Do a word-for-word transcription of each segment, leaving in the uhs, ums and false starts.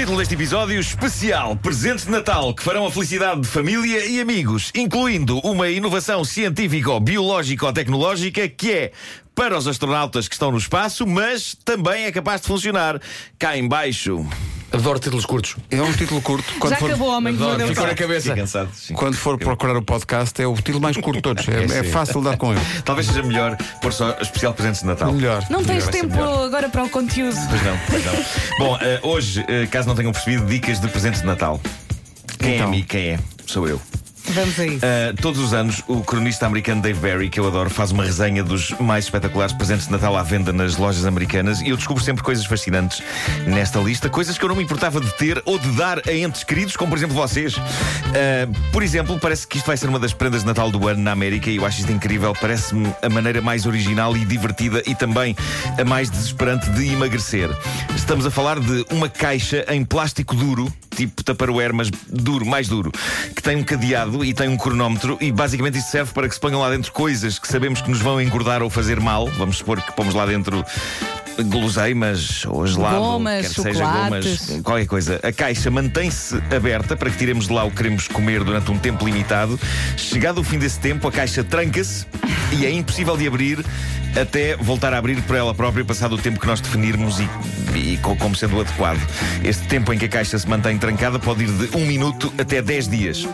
Título deste episódio especial: Presentes de Natal que farão a felicidade de família e amigos, incluindo uma inovação científico-biológico-tecnológica que é para os astronautas que estão no espaço, mas também é capaz de funcionar cá em baixo. Adoro títulos curtos. É um título curto. Quando Já for, acabou o homem que mordeu o Ficou na saco. cabeça. Fiquei cansado, sim. quando for procurar o podcast, é o título mais curto de todos. É, é fácil dar com ele. Talvez seja melhor pôr só especial Presentes de Natal. Melhor. Não tens Vai ser tempo melhor. agora para o conteúdo. Pois não, pois não. Bom, eh, hoje, eh, caso não tenham percebido, dicas de presentes de Natal. Quem Então. é amigo? Quem é? Sou eu. Vamos a isso. Uh, todos os anos, o cronista americano Dave Barry, que eu adoro, faz uma resenha dos mais espetaculares presentes de Natal à venda nas lojas americanas, e eu descubro sempre coisas fascinantes nesta lista, coisas que eu não me importava de ter ou de dar a entes queridos, como por exemplo vocês. Uh, por exemplo, parece que isto vai ser uma das prendas de Natal do ano na América, e eu acho isto incrível. Parece-me a maneira mais original e divertida e também a mais desesperante de emagrecer. Estamos a falar de uma caixa em plástico duro, tipo Tupperware, mas duro, mais duro, que tem um cadeado e tem um cronómetro, e basicamente isto serve para que se ponham lá dentro coisas que sabemos que nos vão engordar ou fazer mal. Vamos supor que pomos lá dentro guloseimas ou gelado, Gomas, quer que seja chocolates. gomas, qualquer coisa. A caixa mantém-se aberta para que tiremos de lá o que queremos comer durante um tempo limitado. Chegado o fim desse tempo, a caixa tranca-se e é impossível de abrir até voltar a abrir por ela própria, passado o tempo que nós definirmos e, e como sendo o adequado. Este tempo em que a caixa se mantém trancada pode ir de um minuto até dez dias.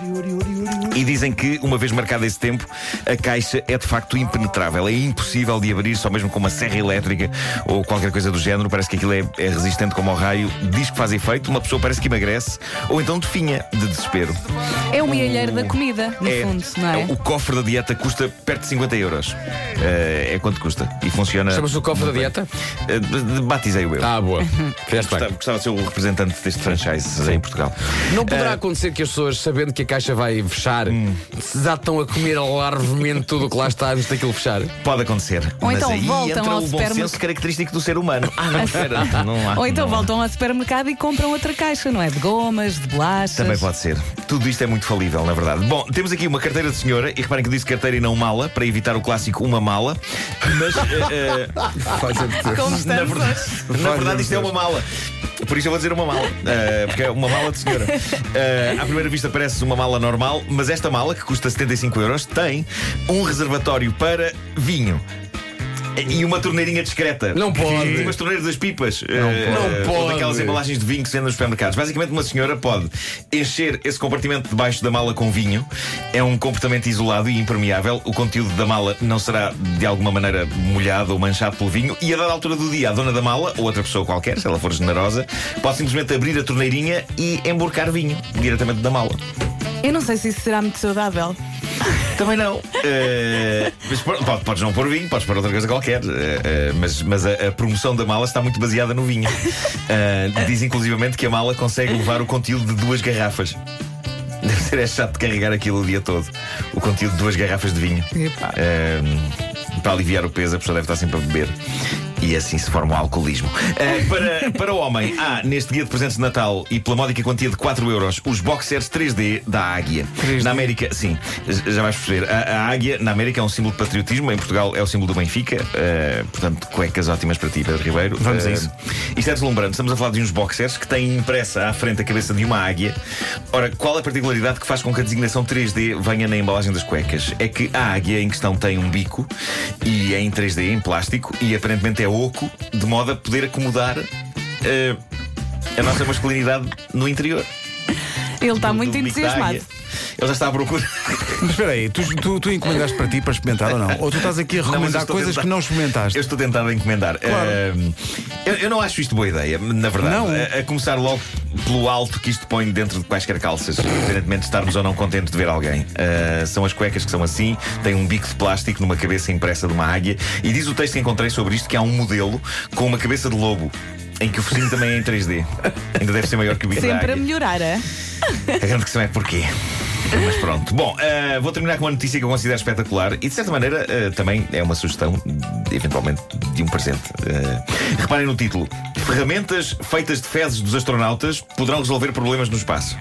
E dizem que, uma vez marcado esse tempo, a caixa é de facto impenetrável. É impossível de abrir, só mesmo com uma serra elétrica ou qualquer coisa do género. Parece que aquilo é, é resistente como ao raio. Diz que faz efeito, uma pessoa parece que emagrece ou então definha de desespero. É o mielheiro da comida, no É, fundo, não é? o cofre da dieta custa perto de cinquenta euros. É, é quanto custa. E funciona. Chama-se o cofre da dieta? É, batizei-o eu. Ah, boa. Fizeste Gostava, bem. gostava de ser o representante deste franchise em Portugal. Não poderá Ah, acontecer que as pessoas, sabendo que a caixa vai fechar, já estão a comer larvemente tudo o que lá está antes daquilo fechar? Pode acontecer. Ou mas então aí voltam entra ao o bom supermercado. senso característico do ser humano. Ah, não, espera, não há. Ou então não há. voltam ao supermercado e compram outra caixa, não é? De gomas, de bolachas. Também pode ser. Tudo isto é muito falível, na verdade. Bom, temos aqui uma carteira de senhora, e reparem que eu disse carteira e não mala, para evitar o clássico uma mala. Mas, eh, eh, Como na estamos verdade, hoje. na verdade isto é uma mala. Por isso eu vou dizer uma mala, eh, porque é uma mala de senhora. Eh, à primeira vista parece uma mala normal, mas esta mala, que custa setenta e cinco euros, tem um reservatório para vinho. E uma torneirinha discreta. Não pode. Umas torneiras das pipas. Não eh, pode. Ou Não pode. daquelas embalagens de vinho que se vendem nos supermercados. Basicamente, uma senhora pode encher esse compartimento debaixo da mala com vinho. É um comportamento isolado e impermeável. O conteúdo da mala não será de alguma maneira molhado ou manchado pelo vinho. E a dada altura do dia, a dona da mala, ou outra pessoa qualquer, se ela for generosa, pode simplesmente abrir a torneirinha e emborcar vinho diretamente da mala. Eu não sei se isso será muito saudável. Também não. Eh, mas pode- podes não pôr vinho, podes pôr outra coisa qualquer. Eh, eh, mas mas a, a promoção da mala está muito baseada no vinho. Eh, diz inclusivamente que a mala consegue levar o conteúdo de duas garrafas. Deve ser é chato de carregar aquilo o dia todo. O conteúdo de duas garrafas de vinho. Epá. Eh, para aliviar o peso, a pessoa deve estar sempre a beber. E assim se forma o alcoolismo. Uh, para, para o homem, há neste guia de presentes de Natal, e pela módica quantia de quatro euros, os boxers três D da Águia. três D? Na América, sim, já vais perceber. A, a Águia, na América, é um símbolo de patriotismo. Em Portugal é o símbolo do Benfica. Uh, portanto, cuecas ótimas para ti, Pedro Ribeiro. Vamos a Uh, isso. Isto é deslumbrante. Estamos a falar de uns boxers que têm impressa à frente a cabeça de uma águia. Ora, qual a particularidade que faz com que a designação três D venha na embalagem das cuecas? É que a águia em questão tem um bico e é em três D, em plástico, e aparentemente é oco, de modo a poder acomodar uh, a nossa masculinidade no interior. Ele está Do- muito do bico da entusiasmado. águia. Ele já está à procura. Mas espera aí, tu, tu, tu encomendaste para ti para experimentar ou não? Ou tu estás aqui a Não, mas eu recomendar estou a coisas tentar- que não experimentaste? Eu estou tentado a encomendar. Uh, eu, eu não acho isto boa ideia, na verdade. Não. A, a começar logo pelo alto que isto põe dentro de quaisquer calças, independentemente de estarmos ou não contentes de ver alguém. Uh, são as cuecas que são assim, têm um bico de plástico numa cabeça impressa de uma águia. E diz o texto que encontrei sobre isto que há um modelo com uma cabeça de lobo, em que o focinho também é em três D. Ainda deve ser maior que o bico da Sempre a águia. melhorar, é? A grande questão é porquê. Mas pronto. Bom, uh, vou terminar com uma notícia que eu considero espetacular e, de certa maneira, uh, também é uma sugestão, eventualmente, de um presente. Uh, reparem no título: Ferramentas feitas de fezes dos astronautas poderão resolver problemas no espaço.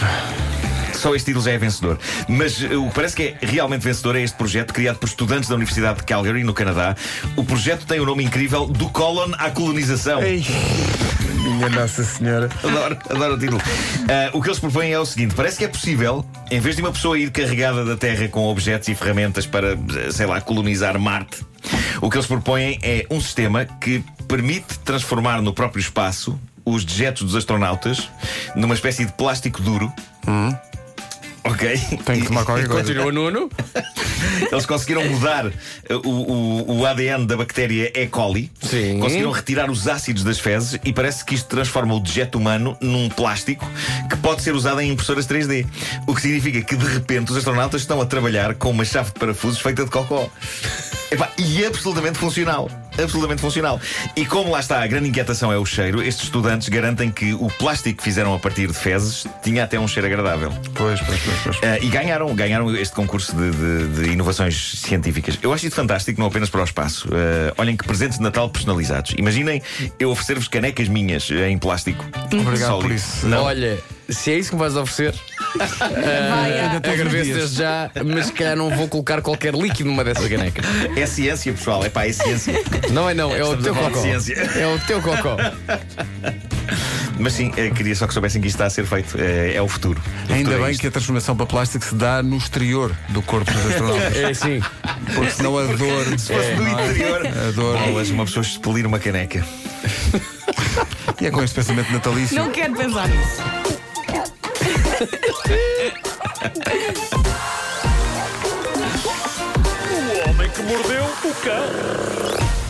Só este título já é vencedor. Mas uh, o que parece que é realmente vencedor é este projeto criado por estudantes da Universidade de Calgary, no Canadá. O projeto tem o nome incrível do Colon à colonização. Ei. Minha Nossa Senhora. Adoro, adoro o título. Uh, o que eles propõem é o seguinte: parece que é possível, em vez de uma pessoa ir carregada da Terra com objetos e ferramentas para, sei lá, colonizar Marte, o que eles propõem é um sistema que permite transformar no próprio espaço os dejetos dos astronautas numa espécie de plástico duro. Hum. Ok? Tem que tomar qualquer coisa. Continua, Nuno. Eles conseguiram mudar o, o, o A D N da bactéria E. coli. Sim. Conseguiram retirar os ácidos das fezes e parece que isto transforma o dejeto humano num plástico que pode ser usado em impressoras três D. O que significa que de repente os astronautas estão a trabalhar com uma chave de parafusos feita de cocó. Epá, e absolutamente funcional. Absolutamente funcional. E como lá está, a grande inquietação é o cheiro, estes estudantes garantem que o plástico que fizeram a partir de fezes tinha até um cheiro agradável. Pois, pois, pois, pois. Uh, e ganharam, ganharam este concurso de, de, de inovações científicas. Eu acho isto fantástico, não apenas para o espaço. Uh, olhem que presentes de Natal personalizados. Imaginem eu oferecer-vos canecas minhas em plástico. Obrigado Sólido. por isso. Não. Olha, se é isso que me vais oferecer, Vai, uh, ah. agradeço desde já, mas se calhar não vou colocar qualquer líquido numa dessas canecas. É ciência, pessoal. É pá, é ciência. Não é não, é o Estamos teu a falar de cocó. ciência. É o teu cocó. Mas sim, eh, queria só que soubessem que isto está a ser feito. É, é o futuro. O Ainda futuro é bem isto. que a transformação para plástico se dá no exterior do corpo dos astronautas. É assim. Porque senão a dor. Se fosse no não é? interior. A dor. Bolas, uma pessoa expelir uma caneca. E é com este pensamento natalício. Não quero pensar nisso. O homem que mordeu o cão.